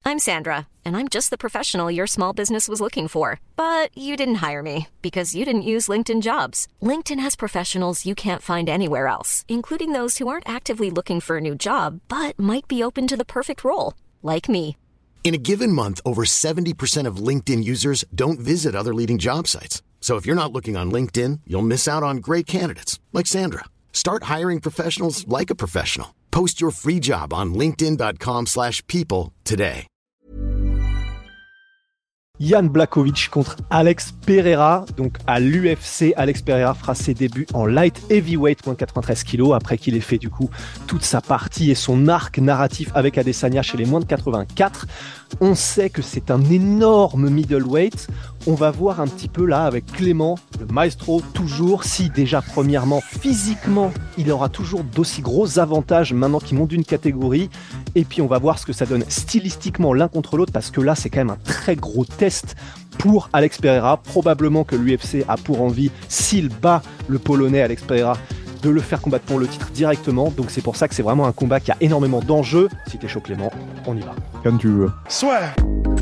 I'm Sandra, and I'm just the professional your small business was looking for. But you didn't hire me because you didn't use LinkedIn Jobs. LinkedIn has professionals you can't find anywhere else, including those who aren't actively looking for a new job, but might be open to the perfect role, like me. In a given month, over 70% of LinkedIn users don't visit other leading job sites. So if you're not looking on LinkedIn, you'll miss out on great candidates like Sandra. Start hiring professionals like a professional. Post your free job on linkedin.com/people today. Jan Blachowicz contre Alex Pereira. Donc à l'UFC, Alex Pereira fera ses débuts en light heavyweight, moins de 93 kg, après qu'il ait fait du coup toute sa partie et son arc narratif avec Adesanya chez les moins de 84. On sait que c'est un énorme middleweight. On va voir un petit peu là avec Clément, le maestro, toujours si déjà premièrement physiquement il aura toujours d'aussi gros avantages maintenant qu'il monte d'une catégorie, et puis on va voir ce que ça donne stylistiquement l'un contre l'autre, parce que là c'est quand même un très gros test pour Alex Pereira. Probablement que l'UFC a pour envie, s'il bat le Polonais Alex Pereira, de le faire combattre pour le titre directement. Donc c'est pour ça que c'est vraiment un combat qui a énormément d'enjeux. Si t'es chaud Clément, on y va. Quand tu veux. Soit.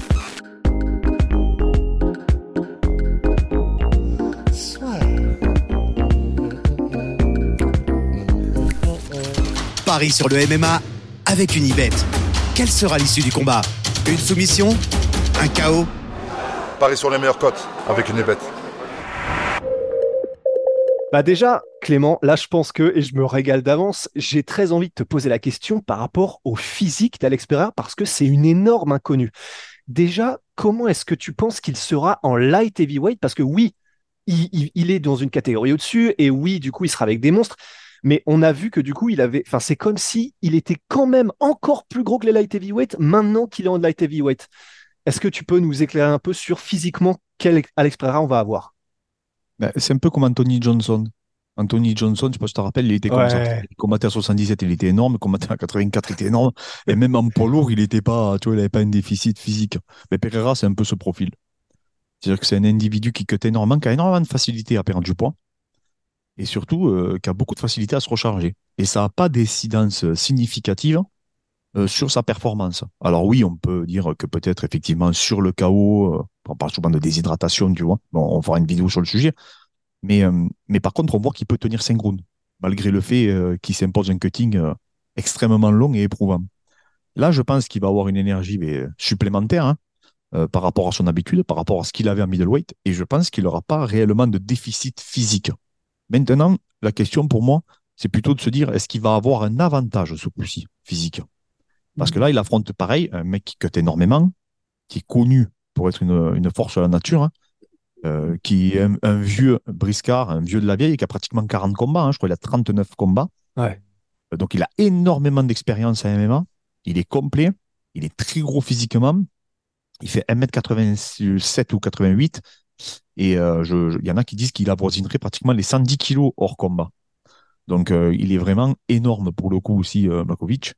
Paris sur le MMA avec Unibet. Quelle sera l'issue du combat? Une soumission? Un KO? Paris sur les meilleures cotes avec Unibet. Bah déjà, Clément, là je pense que, et je me régale d'avance, j'ai très envie de te poser la question par rapport au physique d'Alex Pereira, parce que c'est une énorme inconnue. Déjà, comment est-ce que tu penses qu'il sera en light heavyweight? Parce que oui, il est dans une catégorie au-dessus, et oui, du coup, il sera avec des monstres, mais on a vu que du coup, c'est comme si il était quand même encore plus gros que les light heavyweight maintenant qu'il est en light heavyweight. Est-ce que tu peux nous éclairer un peu sur physiquement quel Alex Pereira on va avoir? C'est un peu comme Anthony Johnson. Anthony Johnson, je ne sais pas si tu te rappelles, il était comme ça. Il combattait à 77, il était énorme. Il combattait à 84, il était énorme. Et même en poids lourd, il était pas, tu vois, il n'avait pas un déficit physique. Mais Pereira, c'est un peu ce profil. C'est-à-dire que c'est un individu qui cut énormément, qui a énormément de facilité à perdre du poids. Et surtout, qui a beaucoup de facilité à se recharger. Et ça n'a pas d'incidence significative sur sa performance. Alors oui, on peut dire que peut-être effectivement sur le KO, on parle souvent de déshydratation, tu vois. Bon, on fera une vidéo sur le sujet. Mais par contre, on voit qu'il peut tenir 5 rounds, malgré le fait qu'il s'impose un cutting extrêmement long et éprouvant. Là, je pense qu'il va avoir une énergie supplémentaire par rapport à son habitude, par rapport à ce qu'il avait en middleweight, et je pense qu'il n'aura pas réellement de déficit physique. Maintenant, la question pour moi, c'est plutôt de se dire, est-ce qu'il va avoir un avantage ce coup-ci physique? Parce que là, il affronte pareil un mec qui cut énormément, qui est connu pour être une force de la nature, qui est un vieux briscard, un vieux de la vieille, qui a pratiquement 40 combats, je crois qu'il a 39 combats. Ouais. Donc il a énormément d'expérience à MMA, il est complet, il est très gros physiquement, il fait 1m87 ou 88, et il y en a qui disent qu'il avoisinerait pratiquement les 110 kilos hors combat. Donc il est vraiment énorme pour le coup aussi, Blachowicz.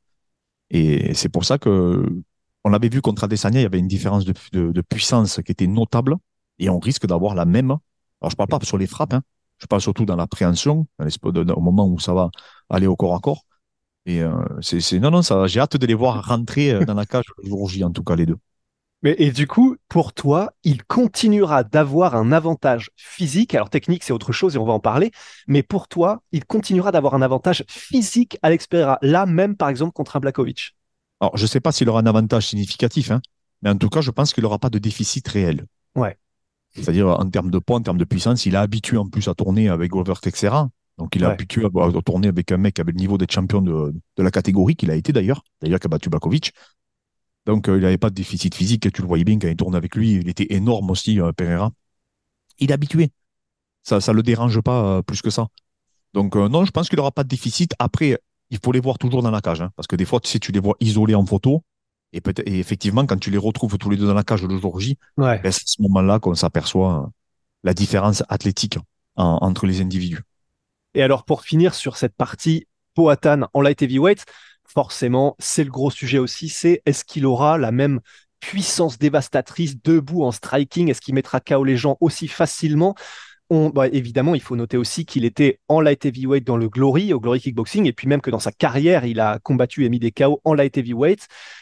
Et c'est pour ça que on l'avait vu contre Adesanya, il y avait une différence de puissance qui était notable, et on risque d'avoir la même. Alors je parle pas sur les frappes, je parle surtout dans l'appréhension, au moment où ça va aller au corps à corps. Et non, ça, j'ai hâte de les voir rentrer dans la cage le jour J, en tout cas les deux. Et du coup, pour toi, il continuera d'avoir un avantage physique. Alors technique, c'est autre chose et on va en parler. Mais pour toi, il continuera d'avoir un avantage physique Alex Pereira. Là même, par exemple, contre un Blachowicz. Alors, je ne sais pas s'il aura un avantage significatif, mais en tout cas, je pense qu'il n'aura pas de déficit réel. Ouais. C'est-à-dire, en termes de poids, en termes de puissance, il est habitué en plus à tourner avec Glover Teixeira. Donc, il est habitué à tourner avec un mec qui avait le niveau d'être champion de la catégorie, qu'il a été d'ailleurs qui a battu Blachowicz. Donc, il n'avait pas de déficit physique. Tu le voyais bien quand il tourne avec lui. Il était énorme aussi, Pereira. Il est habitué. Ça ne le dérange pas plus que ça. Donc, non, je pense qu'il n'aura pas de déficit. Après, il faut les voir toujours dans la cage. Parce que des fois, tu les vois isolés en photo. Et effectivement, quand tu les retrouves tous les deux dans la cage le jour J, c'est à ce moment-là qu'on s'aperçoit la différence athlétique entre les individus. Et alors, pour finir sur cette partie Poatan en light heavyweight, forcément, c'est le gros sujet aussi, c'est est-ce qu'il aura la même puissance dévastatrice debout en striking? Est-ce qu'il mettra KO les gens aussi facilement? Évidemment, il faut noter aussi qu'il était en light heavyweight dans le Glory, au Glory Kickboxing, et puis même que dans sa carrière, il a combattu et mis des KO en light heavyweight.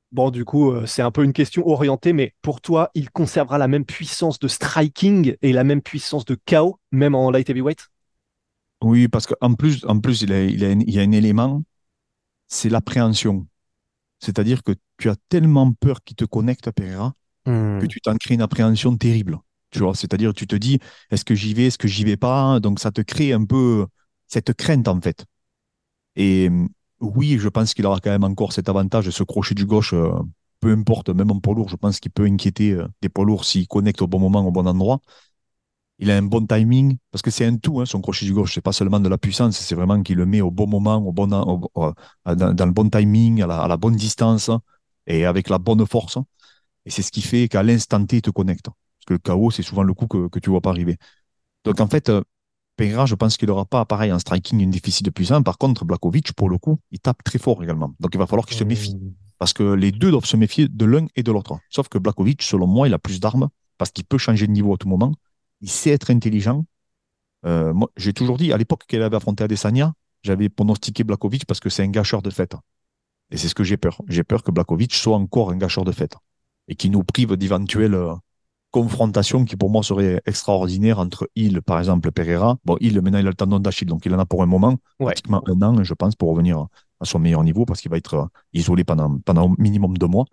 Bon, du coup, c'est un peu une question orientée, mais pour toi, il conservera la même puissance de striking et la même puissance de KO, même en light heavyweight? Oui, parce qu'en plus il y a un élément, c'est l'appréhension. C'est-à-dire que tu as tellement peur qu'il te connecte à Pereira que Hmm. tu t'en crées une appréhension terrible. Tu vois, c'est-à-dire tu te dis, est-ce que j'y vais, est-ce que j'y vais pas? Donc ça te crée un peu cette crainte en fait. Et oui, je pense qu'il aura quand même encore cet avantage, ce crochet du gauche, peu importe, même en poids lourd, je pense qu'il peut inquiéter des poids lourds s'il connecte au bon moment, au bon endroit. Il a un bon timing, parce que c'est un tout, hein, son crochet du gauche, c'est pas seulement de la puissance, c'est vraiment qu'il le met au bon moment, dans le bon timing, à la bonne distance, et avec la bonne force. Et c'est ce qui fait qu'à l'instant T, il te connecte. Parce que le KO, c'est souvent le coup que tu ne vois pas arriver. Donc en fait, Pereira, je pense qu'il n'aura pas, pareil, en striking, une déficit de puissance. Par contre, Blakovic, pour le coup, il tape très fort également. Donc il va falloir qu'il se méfie. Hmm. Parce que les deux doivent se méfier de l'un et de l'autre. Sauf que Blakovic, selon moi, il a plus d'armes parce qu'il peut changer de niveau à tout moment. Il sait être intelligent. Moi, j'ai toujours dit, à l'époque qu'elle avait affronté Adesanya, j'avais pronostiqué Blakovic parce que c'est un gâcheur de fête. Et c'est ce que j'ai peur. J'ai peur que Blakovic soit encore un gâcheur de fête et qui nous prive d'éventuelles confrontations qui pour moi seraient extraordinaires entre il, par exemple, Pereira. Bon, il, maintenant, il a le tendon d'Achille, donc il en a pour un moment, Ouais. pratiquement un an, je pense, pour revenir à son meilleur niveau parce qu'il va être isolé pendant au minimum 2 mois.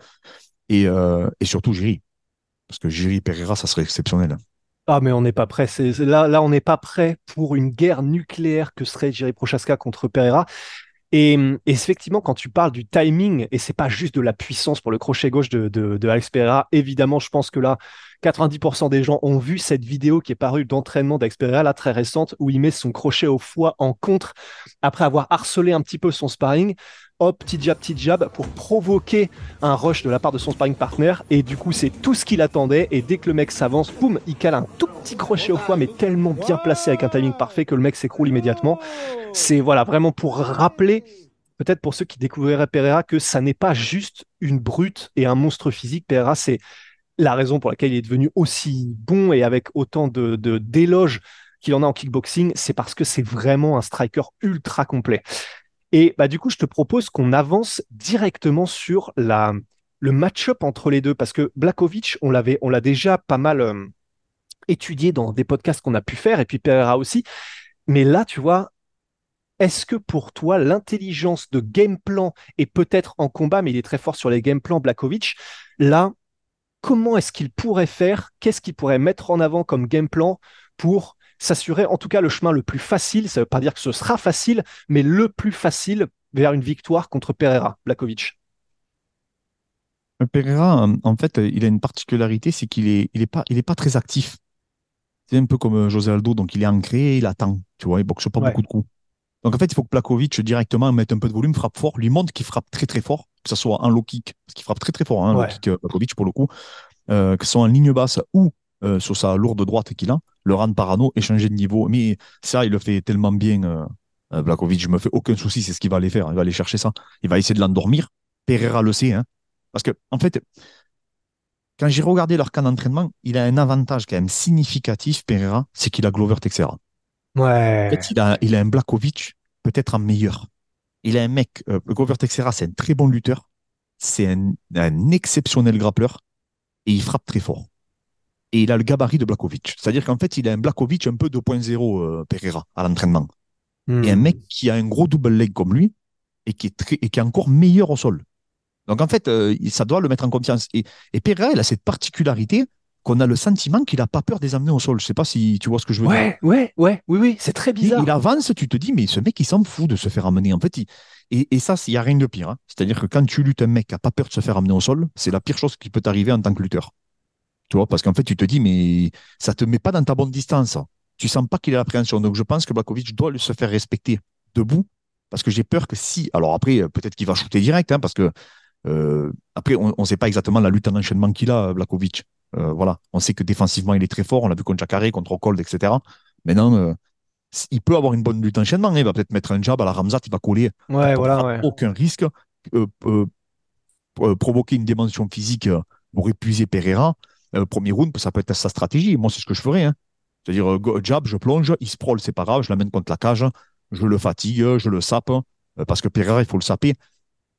Et surtout, Jiri. Parce que Jiri Pereira, ça serait exceptionnel. Ah, mais on n'est pas prêt. Là, on n'est pas prêt pour une guerre nucléaire que serait Jiri Prochaska contre Pereira. Et effectivement, quand tu parles du timing, et c'est pas juste de la puissance pour le crochet gauche de Alex Pereira, évidemment, je pense que là, 90% des gens ont vu cette vidéo qui est parue d'entraînement d'Alex Pereira, là, très récente, où il met son crochet au foie en contre, après avoir harcelé un petit peu son sparring. Hop, petit jab, pour provoquer un rush de la part de son sparring partner. Et du coup, c'est tout ce qu'il attendait. Et dès que le mec s'avance, boum, il cale un tout petit crochet au foie, mais tellement bien placé avec un timing parfait que le mec s'écroule immédiatement. C'est voilà, vraiment pour rappeler, peut-être pour ceux qui découvriraient Pereira, que ça n'est pas juste une brute et un monstre physique. Pereira, c'est la raison pour laquelle il est devenu aussi bon et avec autant d'éloges qu'il en a en kickboxing, c'est parce que c'est vraiment un striker ultra complet. Et bah, du coup, je te propose qu'on avance directement sur le match-up entre les deux, parce que Blakovic, on l'a déjà pas mal étudié dans des podcasts qu'on a pu faire, et puis Pereira aussi. Mais là, tu vois, est-ce que pour toi, l'intelligence de game plan est peut-être en combat, mais il est très fort sur les game plans, Blakovic, là, comment est-ce qu'il pourrait faire, qu'est-ce qu'il pourrait mettre en avant comme game plan pour s'assurer, en tout cas, le chemin le plus facile, ça ne veut pas dire que ce sera facile, mais le plus facile vers une victoire contre Pereira, Blakovic. Pereira, en fait, il a une particularité, c'est qu'il est pas très actif. C'est un peu comme José Aldo, donc il est ancré, il attend, tu vois, il boxe pas Ouais. beaucoup de coups. Donc en fait, il faut que Plakovic directement mette un peu de volume, frappe fort, lui montre qu'il frappe très très fort, que ce soit en low kick, parce qu'il frappe très très fort, hein, low Ouais. kick Plakovic pour le coup, que ce soit en ligne basse ou sur sa lourde droite qu'il a, le rendre parano et changer de niveau. Mais ça, il le fait tellement bien, Blakovic, je me fais aucun souci, c'est ce qu'il va aller faire, il va aller chercher ça, il va essayer de l'endormir. Pereira le sait, hein, parce que en fait, quand j'ai regardé leur camp d'entraînement, il a un avantage quand même significatif, Pereira, c'est qu'il a Glover Teixeira. En fait, Ouais. il a un Blakovic peut-être en meilleur. Il a un mec, Glover Teixeira, c'est un très bon lutteur, c'est un exceptionnel grappleur et il frappe très fort. Et il a le gabarit de Blakovic. C'est-à-dire qu'en fait, il a un Blakovic un peu 2.0 Pereira à l'entraînement. Et un mec Hmm. qui a un gros double leg comme lui et qui est encore meilleur au sol. Donc en fait, ça doit le mettre en confiance. Et Pereira, il a cette particularité qu'on a le sentiment qu'il n'a pas peur des amener au sol. Je ne sais pas si tu vois ce que je veux dire. Ouais, oui, c'est très Il bizarre. avance, tu te dis, mais ce mec, il s'en fout de se faire amener. En fait, et ça, il n'y a rien de pire, hein. C'est-à-dire que quand tu luttes un mec qui n'a pas peur de se faire amener au sol, c'est la pire chose qui peut t'arriver en tant que lutteur. Tu vois, parce qu'en fait, tu te dis, mais ça ne te met pas dans ta bonne distance. Tu sens pas qu'il a l'appréhension. Donc, je pense que Blakovic doit se faire respecter debout, parce que j'ai peur que si. Alors après, peut-être qu'il va shooter direct, hein, parce que après, on ne sait pas exactement la lutte en enchaînement qu'il a, Blakovic. Voilà. On sait que défensivement, il est très fort. On l'a vu contre Jacare, contre Cold, etc. Maintenant, il peut avoir une bonne lutte en enchaînement, hein. Il va peut-être mettre un jab à la Ramzat, il va coller. Tu Ouais, ne voilà, prendre ouais. aucun risque. Euh, euh, Provoquer une dimension physique pour épuiser Pereira. Premier round, ça peut être sa stratégie. Moi, c'est ce que je ferais, hein. C'est-à-dire, jab, je plonge, il sprawl, c'est pas grave, je l'amène contre la cage, je le fatigue, je le sape, parce que Pereira, il faut le saper.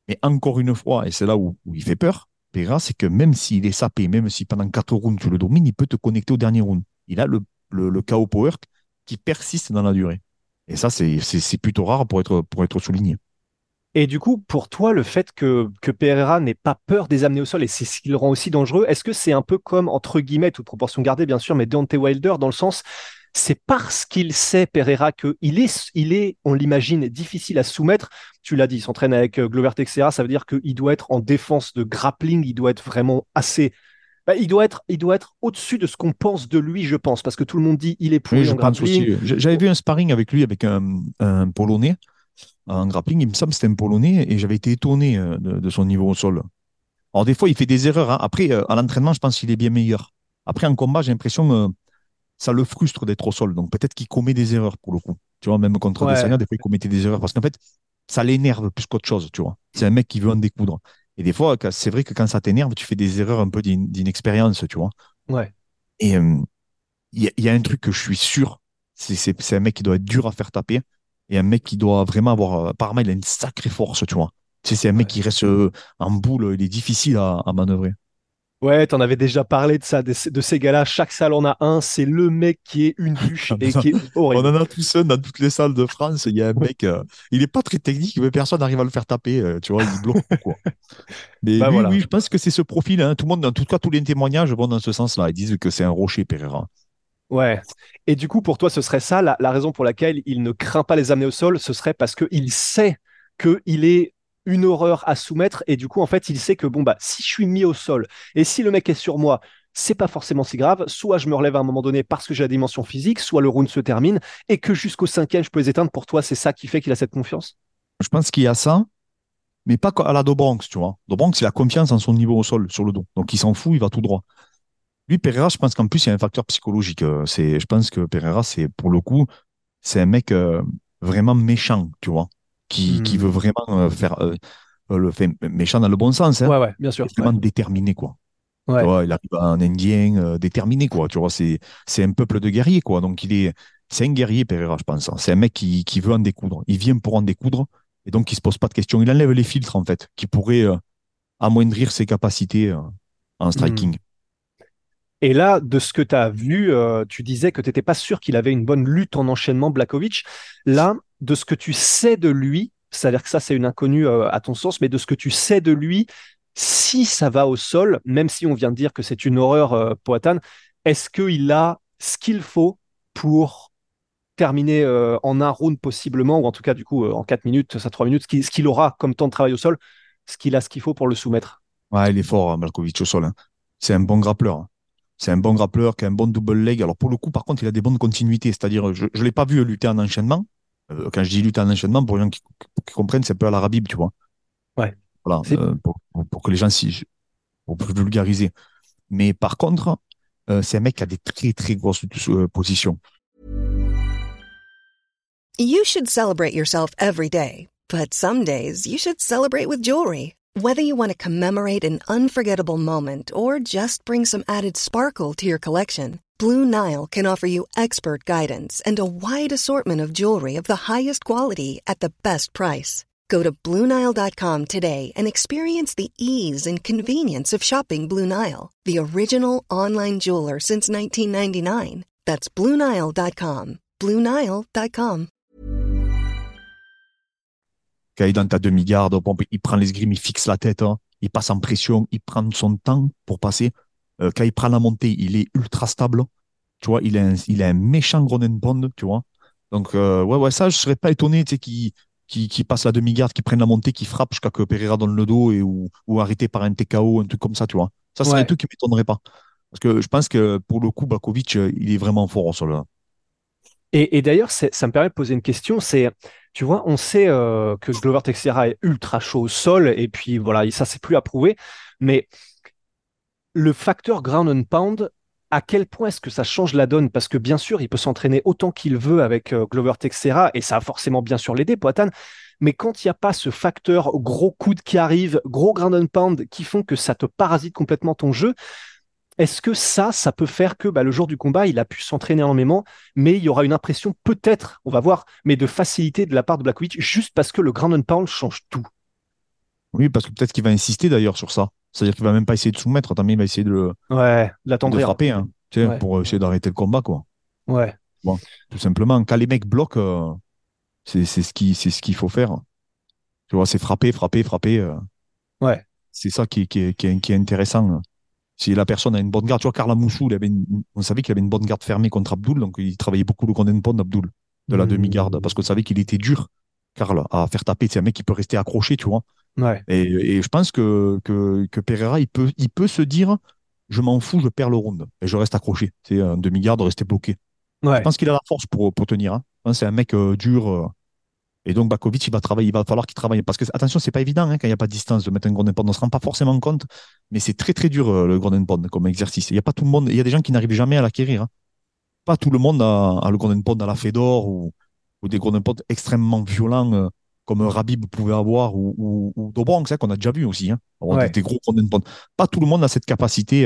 Mais encore une fois, et c'est là où il fait peur, Pereira, c'est que même s'il est sapé, même si pendant 4 rounds tu le domines, il peut te connecter au dernier round. Il a le KO power qui persiste dans la durée. Et ça, c'est plutôt rare pour être souligné. Et du coup, pour toi, le fait que Pereira n'ait pas peur des amener au sol, et c'est ce qui le rend aussi dangereux, est-ce que c'est un peu comme, entre guillemets, toute proportion gardée, bien sûr, mais Deontay Wilder, dans le sens, c'est parce qu'il sait, Pereira, qu'il est, on l'imagine, difficile à soumettre. Tu l'as dit, il s'entraîne avec Glover Teixeira, ça veut dire qu'il doit être en défense de grappling, il doit être vraiment assez. Bah, il doit être au-dessus de ce qu'on pense de lui, je pense, parce que tout le monde dit il est Oui, pourri je en pense grappling. aussi. J'avais vu un sparring avec lui, avec un Polonais, en grappling. Il me semble que c'était un Polonais, et j'avais été étonné de son niveau au sol. Alors, des fois, il fait des erreurs, hein. Après, à l'entraînement, je pense qu'il est bien meilleur. Après, en combat, j'ai l'impression ça le frustre d'être au sol. Donc, peut-être qu'il commet des erreurs pour le coup. Tu vois, même contre Ouais, Adesanya, des fois, il commettait des erreurs. Parce qu'en fait, ça l'énerve plus qu'autre chose, tu vois. C'est un mec qui veut en découdre. Et des fois, c'est vrai que quand ça t'énerve, tu fais des erreurs un peu d'inexpérience, tu vois. ouais. Et il y a un truc que je suis sûr, c'est un mec qui doit être dur à faire taper. Et un mec qui doit vraiment avoir. Apparemment, il a une sacrée force, tu vois. Tu sais, c'est un mec Ouais. qui reste en boule, il est difficile à manœuvrer. Ouais, t'en avais déjà parlé de ça, de ces gars-là. Chaque salle en a un. C'est le mec qui est une bûche et qui est On horrible. en a tous un dans toutes les salles de France. Il y a un mec, il est pas très technique, mais personne n'arrive à le faire taper. Tu vois, il bloque tout, quoi. Mais Bah lui, oui, voilà. je pense que c'est ce profil, hein. Tout le monde, en tout cas, tous les témoignages vont dans ce sens-là. Ils disent que c'est un rocher, Pereira. Ouais. Et du coup, pour toi, ce serait ça, la raison pour laquelle il ne craint pas les amener au sol, ce serait parce qu'il sait qu'il est une horreur à soumettre. Et du coup, en fait, il sait que, bon, bah, si je suis mis au sol et si le mec est sur moi, c'est pas forcément si grave. Soit je me relève à un moment donné parce que j'ai la dimension physique, soit le round se termine et que jusqu'au cinquième, je peux les éteindre. Pour toi, c'est ça qui fait qu'il a cette confiance? Je pense qu'il y a ça, mais pas à la Dobronx, tu vois. Dobronx, il a confiance en son niveau au sol, sur le dos. Donc, il s'en fout, il va tout droit. Lui, Pereira, je pense qu'en plus, il y a un facteur psychologique. Je pense que Pereira, c'est, pour le coup, c'est un mec vraiment méchant, tu vois, qui veut Hmm. vraiment faire le fait méchant dans le bon sens, hein, Ouais, ouais, bien et sûr. Ouais. vraiment déterminé, quoi. Tu Ouais. vois, il arrive en indien déterminé, quoi. Tu vois, c'est un peuple de guerriers, quoi. Donc, c'est un guerrier, Pereira, je pense, hein. C'est un mec qui veut en découdre. Il vient pour en découdre, et donc, il se pose pas de questions. Il enlève les filtres, en fait, qui pourraient amoindrir ses capacités en Hmm. striking. Et là, de ce que tu as vu, tu disais que tu n'étais pas sûr qu'il avait une bonne lutte en enchaînement, Blakovic. Là, de ce que tu sais de lui, c'est-à-dire que ça, c'est une inconnue à ton sens, mais de ce que tu sais de lui, si ça va au sol, même si on vient de dire que c'est une horreur, Poatan, est-ce qu'il a ce qu'il faut pour terminer en un round possiblement, ou en tout cas, du coup, en 4 minutes, ça 3 minutes, ce qu'il aura comme temps de travail au sol, ce qu'il a ce qu'il faut pour le soumettre? Ouais, il est fort, hein, Malkovic, au sol, hein. C'est un bon grappleur, hein. C'est un bon grappleur qui a un bon double leg. Alors, pour le coup, par contre, il a des bonnes continuités. C'est-à-dire, je ne l'ai pas vu lutter en enchaînement. Quand je dis lutter en enchaînement, pour les gens qui comprennent, c'est un peu à la Rabib, tu vois. Ouais. Voilà, C'est pour que les gens s'y, pour plus vulgariser. Mais par contre, c'est un mec qui a des très, très grosses positions. You should celebrate yourself every day, but some days you should celebrate with jewelry. Whether you want to commemorate an unforgettable moment or just bring some added sparkle to your collection, Blue Nile can offer you expert guidance and a wide assortment of jewelry of the highest quality at the best price. Go to BlueNile.com today and experience the ease and convenience of shopping Blue Nile, the original online jeweler since 1999. That's BlueNile.com. BlueNile.com. Quand il est dans ta demi-garde, bon, il prend l'esgrime, il fixe la tête, hein, il passe en pression, il prend son temps pour passer. Quand il prend la montée, il est ultra stable. Tu vois, il a un méchant Gronen-Pond, tu vois. Donc, ouais, ouais, ça, je serais pas étonné, tu sais, qu'il passe la demi-garde, qu'il prenne la montée, qu'il frappe jusqu'à que Pereira donne le dos ou arrêté par un TKO, un truc comme ça, tu vois. Ça serait un ouais. truc qui m'étonnerait pas. Parce que je pense que pour le coup, Bakovic, il est vraiment fort au sol, hein. Et d'ailleurs, ça me permet de poser une question. C'est, tu vois, on sait que Glover Teixeira est ultra chaud au sol, et puis voilà, ça c'est plus à prouver. Mais le facteur ground and pound, à quel point est-ce que ça change la donne? Parce que bien sûr, il peut s'entraîner autant qu'il veut avec Glover Teixeira, et ça va forcément bien sûr l'aider, Poatan. Mais quand il n'y a pas ce facteur gros coude qui arrive, gros ground and pound qui font que ça te parasite complètement ton jeu, est-ce que ça peut faire que bah, le jour du combat, il a pu s'entraîner énormément, mais il y aura une impression peut-être, on va voir, mais de facilité de la part de Blachowicz, juste parce que le ground and pound change tout. Oui, parce que peut-être qu'il va insister d'ailleurs sur ça. C'est-à-dire qu'il va même pas essayer de soumettre, tant il va essayer Ouais, de de l'attendrir. frapper, hein, tu sais, Ouais, pour essayer d'arrêter le combat, quoi. ouais, Bon, tout simplement, quand les mecs bloquent, c'est ce qu'il faut faire. Tu vois, c'est frapper, frapper, frapper. ouais. C'est ça qui est intéressant. Si la personne a une bonne garde, tu vois, Karl Moussou, on savait qu'il avait une bonne garde fermée contre Abdul, donc il travaillait beaucoup le Golden Pond, Abdul, de la demi-garde, parce qu'on savait qu'il était dur, Karl, à faire taper. C'est un mec qui peut rester accroché, tu vois. Ouais, Et je pense que Pereira, il peut se dire, je m'en fous, je perds le round, et je reste accroché. C'est un demi-garde, rester bloqué. Je ouais. pense qu'il a la force pour tenir. Hein. Je pense que c'est un mec dur. Et donc, Bakovic, il va travailler, il va falloir qu'il travaille. Parce que, attention, c'est pas évident hein, quand il n'y a pas de distance de mettre un Golden Pond. On ne se rend pas forcément compte, mais c'est très, très dur le Golden Pond comme exercice. Il y a pas tout le monde, il y a des gens qui n'arrivent jamais à l'acquérir. Hein. Pas tout le monde a le Golden Pond à la Fedor ou des Golden Pond extrêmement violents comme Rabib pouvait avoir ou Dobronx, hein, qu'on a déjà vu aussi. Hein, avoir Ouais. des gros Golden Pond. Pas tout le monde a cette capacité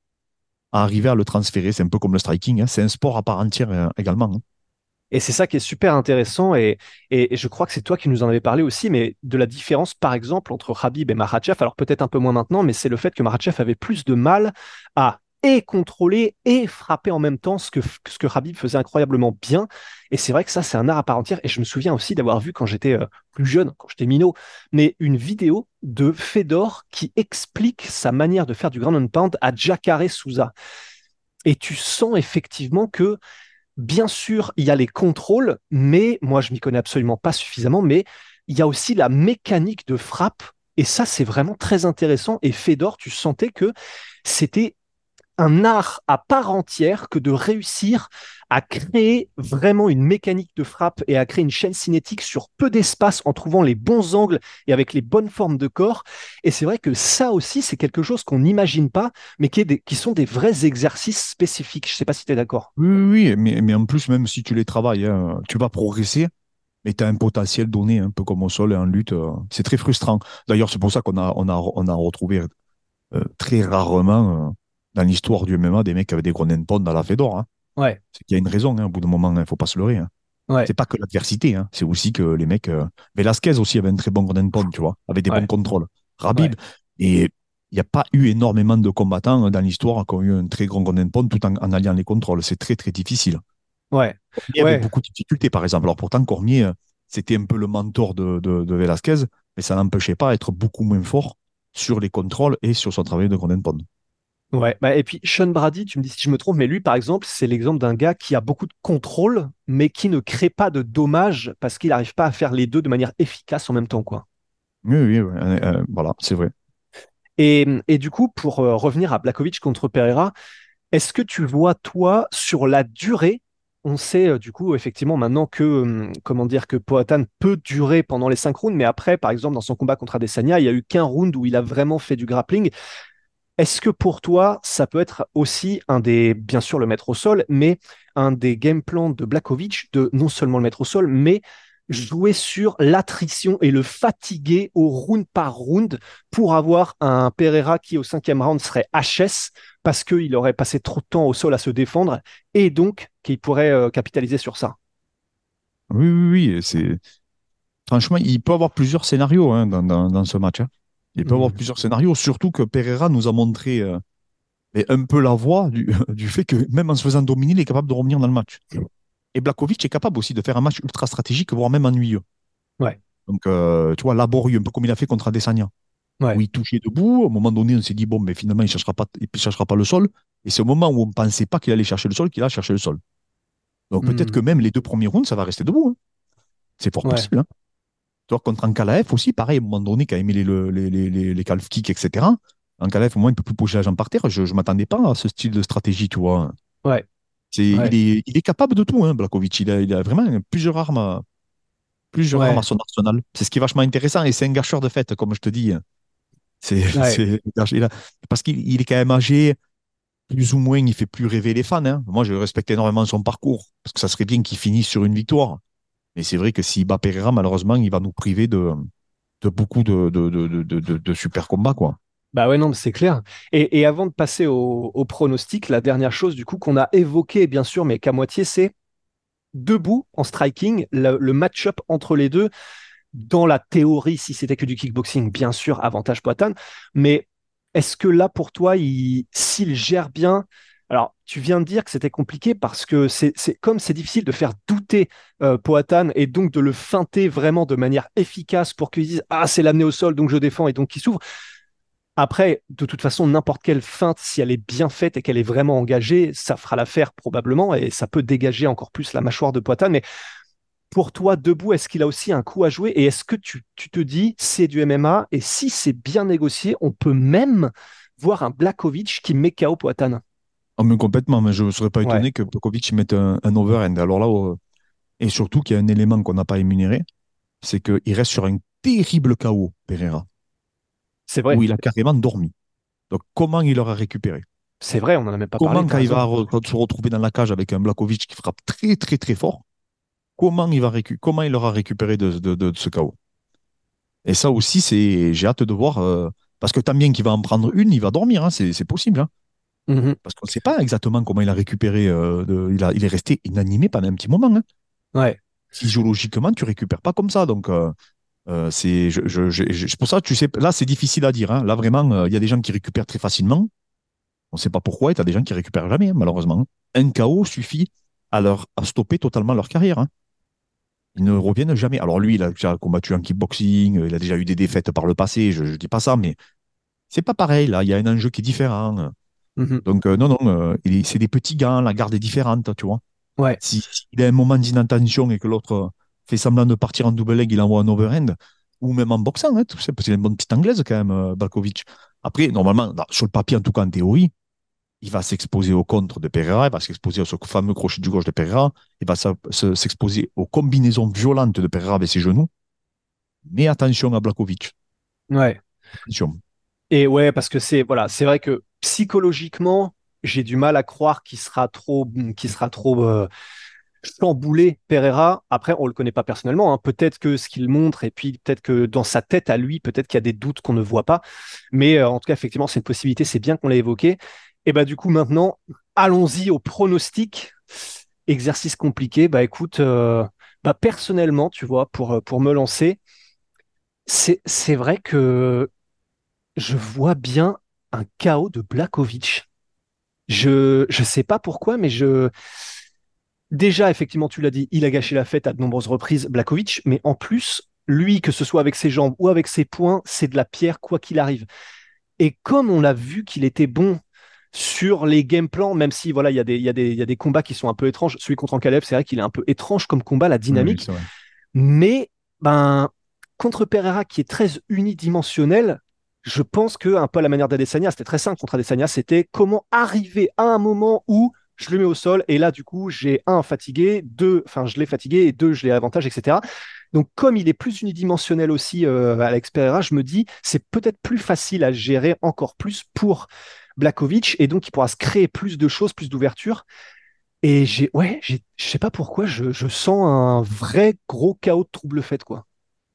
à arriver à le transférer. C'est un peu comme le striking. Hein. C'est un sport à part entière également. Hein. Et c'est ça qui est super intéressant. Et je crois que c'est toi qui nous en avais parlé aussi, mais de la différence, par exemple, entre Khabib et Makhachev. Alors peut-être un peu moins maintenant, mais c'est le fait que Makhachev avait plus de mal à et contrôler et frapper en même temps, ce que Khabib faisait incroyablement bien. Et c'est vrai que ça, c'est un art à part entière. Et je me souviens aussi d'avoir vu quand j'étais plus jeune, quand j'étais minot, mais une vidéo de Fedor qui explique sa manière de faire du ground and pound à Jacare Souza. Et tu sens effectivement que bien sûr, il y a les contrôles, mais moi, je m'y connais absolument pas suffisamment, mais il y a aussi la mécanique de frappe. Et ça, c'est vraiment très intéressant. Et Fedor, tu sentais que c'était un art à part entière que de réussir à créer vraiment une mécanique de frappe et à créer une chaîne cinétique sur peu d'espace en trouvant les bons angles et avec les bonnes formes de corps. Et c'est vrai que ça aussi, c'est quelque chose qu'on n'imagine pas, mais qui sont des vrais exercices spécifiques. Je ne sais pas si tu es d'accord. Oui, oui, oui, mais en plus, même si tu les travailles, hein, tu vas progresser, mais tu as un potentiel donné, un peu comme au sol et en lutte. C'est très frustrant. D'ailleurs, c'est pour ça on a retrouvé très rarement dans l'histoire du MMA des mecs avec des gros pound à la Fedor. Hein. Ouais, C'est qu'il y a une raison, hein, au bout d'un moment, il ne faut pas se leurrer. Hein. ouais, C'est pas que l'adversité, hein, c'est aussi que les mecs. Velasquez aussi avait un très bon gros pound, tu vois, avec des bons ouais, contrôles. Rabib, ouais. et il n'y a pas eu énormément de combattants dans l'histoire qui ont eu un très grand gros pound tout en alliant les contrôles. C'est très, très difficile. Ouais, Cormier avait ouais, beaucoup de difficultés, par exemple. Alors pourtant, Cormier, c'était un peu le mentor de Velasquez, mais ça n'empêchait pas d'être beaucoup moins fort sur les contrôles et sur son travail de Golden Pond. ouais. Bah, et puis Sean Brady, tu me dis si je me trompe, mais lui, par exemple, c'est l'exemple d'un gars qui a beaucoup de contrôle, mais qui ne crée pas de dommages parce qu'il n'arrive pas à faire les deux de manière efficace en même temps, quoi. Oui, oui, oui, voilà, c'est vrai. Et du coup, pour revenir à Blachowicz contre Pereira, est-ce que tu vois, toi, sur la durée, on sait du coup effectivement maintenant que, comment dire, que Poatan peut durer pendant les 5 rounds, mais après, par exemple, dans son combat contre Adesanya, il y a eu qu'un round où il a vraiment fait du grappling. Est-ce que pour toi, ça peut être aussi un des, bien sûr, le mettre au sol, mais un des game plans de Blachowicz de non seulement le mettre au sol, mais jouer sur l'attrition et le fatiguer au round par round pour avoir un Pereira qui, au 5e round, serait HS parce qu'il aurait passé trop de temps au sol à se défendre et donc qu'il pourrait capitaliser sur ça. Oui, oui, oui. Franchement, il peut y avoir plusieurs scénarios hein, dans ce match. Hein. Il peut y avoir Mhm. plusieurs scénarios, surtout que Pereira nous a montré mais un peu la voie du fait que même en se faisant dominer, il est capable de revenir dans le match. Et Blachowicz est capable aussi de faire un match ultra stratégique, voire même ennuyeux. Ouais, Donc, tu vois, laborieux, un peu comme il a fait contre Adesanya, où ouais. il touchait debout. Au moment donné, on s'est dit, bon, mais finalement, il ne cherchera pas le sol. Et c'est au moment où on ne pensait pas qu'il allait chercher le sol qu'il a cherché le sol. Donc, peut-être que Mhm. même les 2 premiers rounds, ça va rester debout. Hein. C'est fort Ouais, possible. Hein. Tu vois, contre Ankalaev aussi, pareil, à un moment donné, quand il met les calf kicks, etc., Ankalaev, au moins, il ne peut plus poser la jambe par terre. Je ne m'attendais pas à ce style de stratégie, tu vois. ouais, ouais, Il est capable de tout, hein, Blachowicz. Il a vraiment plusieurs armes à ouais, son arsenal. C'est ce qui est vachement intéressant et c'est un gâcheur de fête, comme je te dis. ouais. Parce qu'il est quand même âgé, plus ou moins, il fait plus rêver les fans. Hein. Moi, je respecte énormément son parcours parce que ça serait bien qu'il finisse sur une victoire. Mais c'est vrai que s'il bat Pereira, malheureusement, il va nous priver de beaucoup de super combats, quoi. Bah ouais, non, mais c'est clair. Et avant de passer au pronostic, la dernière chose du coup qu'on a évoqué, bien sûr, mais qu'à moitié, c'est debout en striking, le match-up entre les deux. dans la théorie, si c'était que du kickboxing, bien sûr, avantage Poatan. Mais est-ce que là, pour toi, s'il gère bien, alors tu viens de dire que c'était compliqué parce que comme c'est difficile de faire douter Poatan et donc de le feinter vraiment de manière efficace pour qu'il dise ah, c'est l'amener au sol, donc je défends et donc qu'il s'ouvre. Après, de toute façon, n'importe quelle feinte, si elle est bien faite et qu'elle est vraiment engagée, ça fera l'affaire probablement et ça peut dégager encore plus la mâchoire de Poatan. Mais pour toi, debout, est-ce qu'il a aussi un coup à jouer et est-ce que tu te dis c'est du MMA et si c'est bien négocié, on peut même voir un Blachowicz qui met KO Poatan? Ah, mais complètement, mais je ne serais pas Ouais, étonné que Pokovic mette un overhand. Alors là, et surtout qu'il y a un élément qu'on n'a pas énuméré, c'est qu'il reste sur un terrible KO, Pereira, c'est où vrai. il a carrément dormi. Donc comment il aura récupéré? C'est vrai, on n'en a même pas parlé, Comment t'as quand il raison. va quand se retrouver dans la cage avec un Blachowicz qui frappe très très très fort, comment il aura récupéré de ce KO? Et ça aussi, j'ai hâte de voir, parce que tant bien qu'il va en prendre une, il va dormir, hein, c'est possible, hein. Mhm. Parce qu'on ne sait pas exactement comment il a récupéré. Il est resté inanimé pendant un petit moment, hein. Ouais. Physiologiquement, tu récupères pas comme ça. Donc, c'est pour ça, tu sais, là, c'est difficile à dire, hein. Là, vraiment, il y a des gens qui récupèrent très facilement. On ne sait pas pourquoi, et tu as des gens qui récupèrent jamais, hein, malheureusement. Un KO suffit à stopper totalement leur carrière, hein. Ils ne reviennent jamais. Alors lui, il a déjà combattu en kickboxing, il a déjà eu des défaites par le passé, je ne dis pas ça, mais c'est pas pareil, là. Il y a un enjeu qui est différent. Mhm. Donc, non, non, c'est des petits gants, la garde est différente, tu vois. Ouais. S'il a un moment d'inattention et que l'autre fait semblant de partir en double leg, il envoie un overhand, ou même en boxant, hein, tout ça, parce qu'il a une bonne petite anglaise quand même, Balkovic. Après, normalement, sur le papier, en tout cas en théorie, il va s'exposer au contre de Pereira, il va s'exposer au fameux crochet du gauche de Pereira, il va s'exposer aux combinaisons violentes de Pereira avec ses genoux. Mais attention à Blachowicz. Ouais. Attention. Et ouais, parce que c'est vrai que psychologiquement, j'ai du mal à croire qu'il sera trop chamboulé Pereira. Après, on le connaît pas personnellement, hein. Peut-être que ce qu'il montre, et puis peut-être que dans sa tête à lui, peut-être qu'il y a des doutes qu'on ne voit pas. Mais en tout cas, effectivement, c'est une possibilité. C'est bien qu'on l'ait évoqué. Et bah du coup, maintenant, allons-y au pronostic. Exercice compliqué. Bah écoute, bah personnellement, tu vois, pour me lancer, c'est vrai que je vois bien un chaos de Blachowicz. Je sais pas pourquoi, mais déjà, effectivement, tu l'as dit, il a gâché la fête à de nombreuses reprises, Blachowicz, mais en plus, lui, que ce soit avec ses jambes ou avec ses poings, c'est de la pierre quoi qu'il arrive. Et comme on l'a vu qu'il était bon sur les game plans, même si voilà, il y a des combats qui sont un peu étranges. Celui contre Ankalev, c'est vrai qu'il est un peu étrange comme combat, la Oui, oui, dynamique. c'est vrai. Mais ben, contre Pereira, qui est très unidimensionnel, je pense que un peu à la manière d'Adesanya, c'était très simple contre Adesanya, c'était comment arriver à un moment où je le mets au sol et là, du coup, j'ai un fatigué, deux, enfin, je l'ai fatigué et deux, je l'ai avantage, etc. Donc, comme il est plus unidimensionnel aussi, Alex Pereira, je me dis, c'est peut-être plus facile à gérer encore plus pour Blachowicz et donc il pourra se créer plus de choses, plus d'ouverture. Et je sais pas pourquoi, je sens un vrai gros chaos de trouble fête, quoi.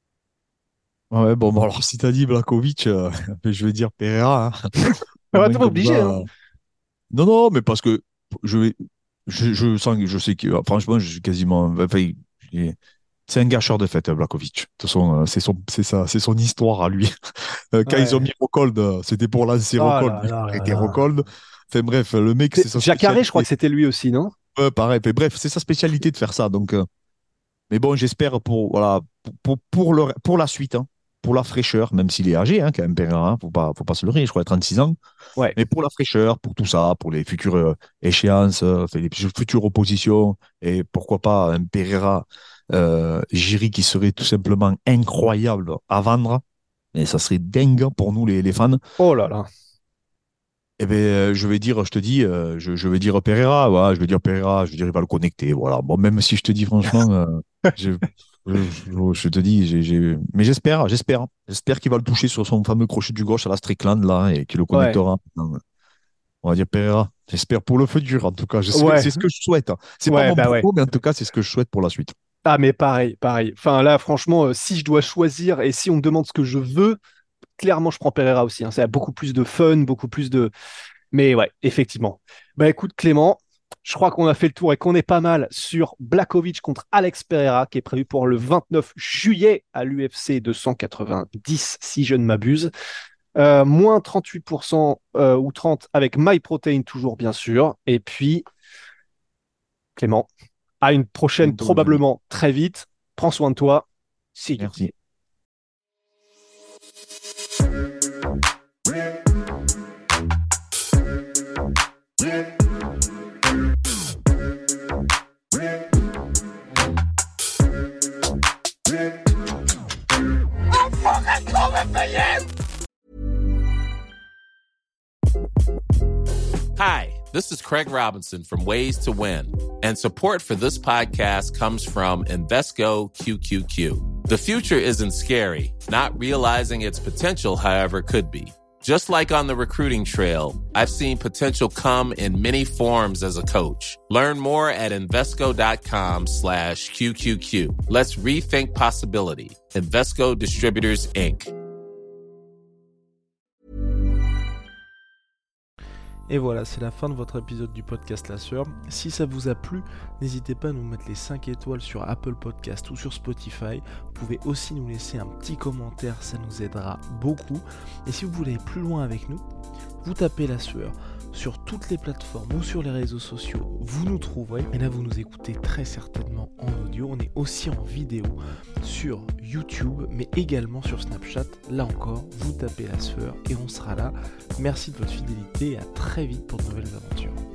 Ouais, bon, alors si t'as dit Blachowicz, je vais dire Pereira, hein. Ah Au bah, moins t'es pas comme obligé, hein. ça. Non, non, mais parce que je vais, je sens que je sais que franchement, je suis quasiment. Enfin, il- c'est un gâcheur de fête, Blachowicz. De toute façon, c'est son histoire à lui. Quand ils ont Ouais. mis Rockhold, c'était pour lancer Oh Rockhold. là Il faut là là arrêter là. Rockhold. Enfin bref, le mec, c'est sa Jacare, je crois spécialité. que c'était lui aussi, non? Pareil. Enfin, bref, c'est sa spécialité de faire ça. Donc, mais bon, j'espère voilà, pour la suite, hein, pour la fraîcheur, même s'il est âgé, hein, quand même, Pereira, hein, faut pas se leurrer, je crois, 36 ans. Ouais. Mais pour la fraîcheur, pour tout ça, pour les futures échéances, enfin, les futures oppositions, et pourquoi pas un Pereira Jiri qui serait tout simplement incroyable à vendre, et ça serait dingue pour nous les fans. Oh là là. Eh ben, je te dis, je vais dire Pereira, voilà, je vais dire, il va le connecter, voilà. Bon, même si je te dis franchement, je, je te dis, mais j'espère qu'il va le toucher sur son fameux crochet du gauche à la Strickland, là, et qu'il le Ouais. connectera. On va dire Pereira. J'espère pour le futur, en tout cas. Ouais. C'est ce que je souhaite, hein. C'est pas Ouais, mon bah ouais. propos, mais en tout cas, c'est ce que je souhaite pour la suite. Ah, mais pareil, pareil. Enfin, là, franchement, si je dois choisir et si on me demande ce que je veux, clairement, je prends Pereira aussi, hein. Ça a beaucoup plus de fun, beaucoup plus de. Mais ouais, effectivement. Bah écoute, Clément, Je crois qu'on a fait le tour et qu'on est pas mal sur Blachowicz contre Alex Pereira, qui est prévu pour le 29 juillet à l'UFC 290, si je ne m'abuse. Moins 38% ou 30% avec MyProtein, toujours bien sûr. Et puis, Clément, à une prochaine, probablement très vite. Prends soin de toi. See you. Merci. Hi, this is Craig Robinson from Ways to Win, and support for this podcast comes from Invesco QQQ. The future isn't scary. Not realizing its potential, however, could be. Just like on the recruiting trail, I've seen potential come in many forms as a coach. Learn more at Invesco.com/QQQ. Let's rethink possibility. Invesco Distributors, Inc. Et voilà, c'est la fin de votre épisode du podcast La Sueur. Si ça vous a plu, n'hésitez pas à nous mettre les 5 étoiles sur Apple Podcast ou sur Spotify. Vous pouvez aussi nous laisser un petit commentaire, ça nous aidera beaucoup. Et si vous voulez aller plus loin avec nous, vous tapez La Sueur sur toutes les plateformes ou sur les réseaux sociaux, vous nous trouverez. Et là, vous nous écoutez très certainement en audio. On est aussi en vidéo sur YouTube, mais également sur Snapchat. Là encore, vous tapez La Sueur et on sera là. Merci de votre fidélité et à très vite pour de nouvelles aventures.